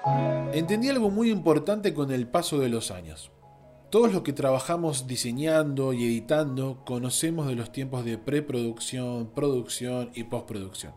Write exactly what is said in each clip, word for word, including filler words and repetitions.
Entendí algo muy importante con el paso de los años. Todos los que trabajamos diseñando y editando conocemos de los tiempos de preproducción, producción y postproducción.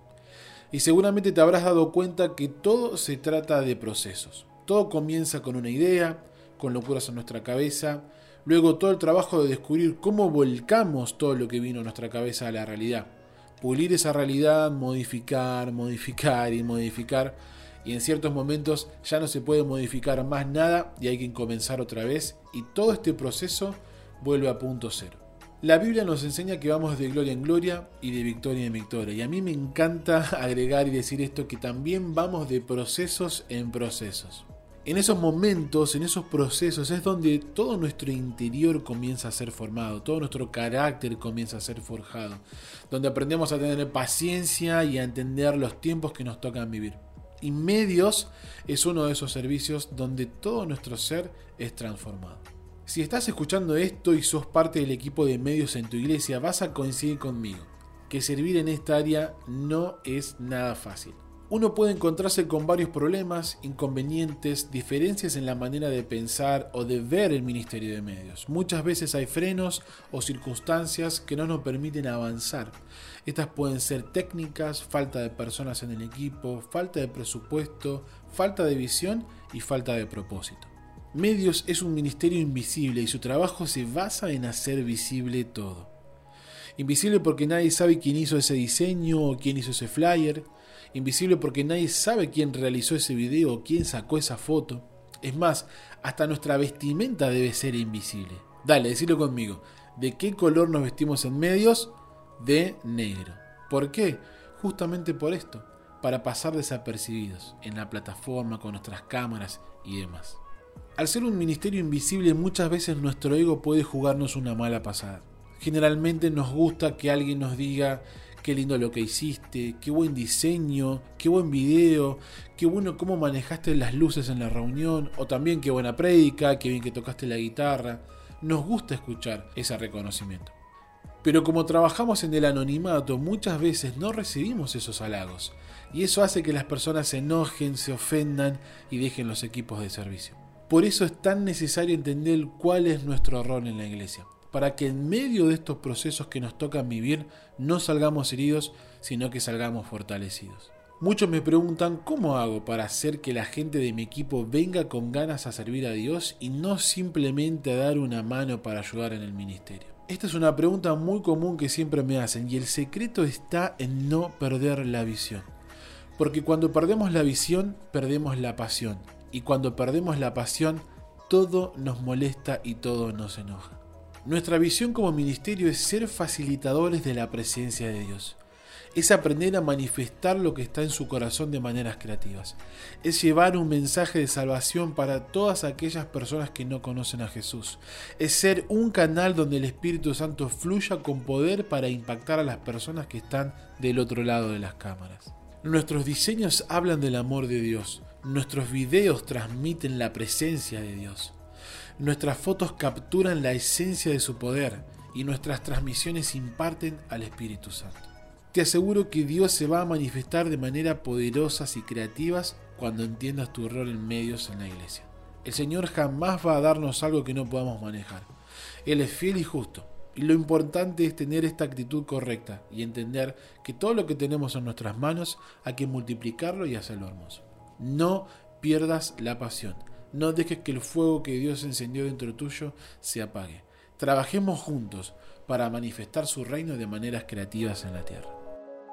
Y seguramente te habrás dado cuenta que todo se trata de procesos. Todo comienza con una idea, con locuras en nuestra cabeza, luego todo el trabajo de descubrir cómo volcamos todo lo que vino a nuestra cabeza a la realidad. Pulir esa realidad, modificar, modificar y modificar. Y en ciertos momentos ya no se puede modificar más nada y hay que comenzar otra vez. Y todo este proceso vuelve a punto cero. La Biblia nos enseña que vamos de gloria en gloria y de victoria en victoria. Y a mí me encanta agregar y decir esto, que también vamos de procesos en procesos. En esos momentos, en esos procesos, es donde todo nuestro interior comienza a ser formado, todo nuestro carácter comienza a ser forjado, donde aprendemos a tener paciencia y a entender los tiempos que nos tocan vivir. Y Medios es uno de esos servicios donde todo nuestro ser es transformado. Si estás escuchando esto y sos parte del equipo de Medios en tu iglesia, vas a coincidir conmigo, que servir en esta área no es nada fácil. Uno puede encontrarse con varios problemas, inconvenientes, diferencias en la manera de pensar o de ver el ministerio de medios. Muchas veces hay frenos o circunstancias que no nos permiten avanzar. Estas pueden ser técnicas, falta de personas en el equipo, falta de presupuesto, falta de visión y falta de propósito. Medios es un ministerio invisible y su trabajo se basa en hacer visible todo. Invisible porque nadie sabe quién hizo ese diseño o quién hizo ese flyer. Invisible porque nadie sabe quién realizó ese video o quién sacó esa foto. Es más, hasta nuestra vestimenta debe ser invisible. Dale, decilo conmigo. ¿De qué color nos vestimos en Medios? De negro. ¿Por qué? Justamente por esto. Para pasar desapercibidos en la plataforma con nuestras cámaras y demás. Al ser un ministerio invisible, muchas veces nuestro ego puede jugarnos una mala pasada. Generalmente nos gusta que alguien nos diga: qué lindo lo que hiciste, qué buen diseño, qué buen video, qué bueno cómo manejaste las luces en la reunión, o también qué buena prédica, qué bien que tocaste la guitarra. Nos gusta escuchar ese reconocimiento. Pero como trabajamos en el anonimato, muchas veces no recibimos esos halagos, y eso hace que las personas se enojen, se ofendan y dejen los equipos de servicio. Por eso es tan necesario entender cuál es nuestro rol en la iglesia, para que en medio de estos procesos que nos tocan vivir no salgamos heridos, sino que salgamos fortalecidos. Muchos me preguntan cómo hago para hacer que la gente de mi equipo venga con ganas a servir a Dios y no simplemente a dar una mano para ayudar en el ministerio. Esta es una pregunta muy común que siempre me hacen, y el secreto está en no perder la visión. Porque cuando perdemos la visión, perdemos la pasión. Y cuando perdemos la pasión, todo nos molesta y todo nos enoja. Nuestra visión como ministerio es ser facilitadores de la presencia de Dios. Es aprender a manifestar lo que está en su corazón de maneras creativas. Es llevar un mensaje de salvación para todas aquellas personas que no conocen a Jesús. Es ser un canal donde el Espíritu Santo fluya con poder para impactar a las personas que están del otro lado de las cámaras. Nuestros diseños hablan del amor de Dios. Nuestros videos transmiten la presencia de Dios. Nuestras fotos capturan la esencia de su poder y nuestras transmisiones imparten al Espíritu Santo. Te aseguro que Dios se va a manifestar de manera poderosas y creativas cuando entiendas tu rol en Medios en la iglesia. El Señor jamás va a darnos algo que no podamos manejar. Él es fiel y justo. Y lo importante es tener esta actitud correcta y entender que todo lo que tenemos en nuestras manos hay que multiplicarlo y hacerlo hermoso. No pierdas la pasión. No dejes que el fuego que Dios encendió dentro tuyo se apague. Trabajemos juntos para manifestar su reino de maneras creativas en la tierra.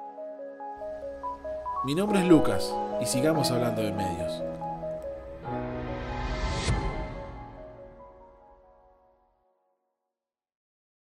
Mi nombre es Lucas y sigamos hablando de medios.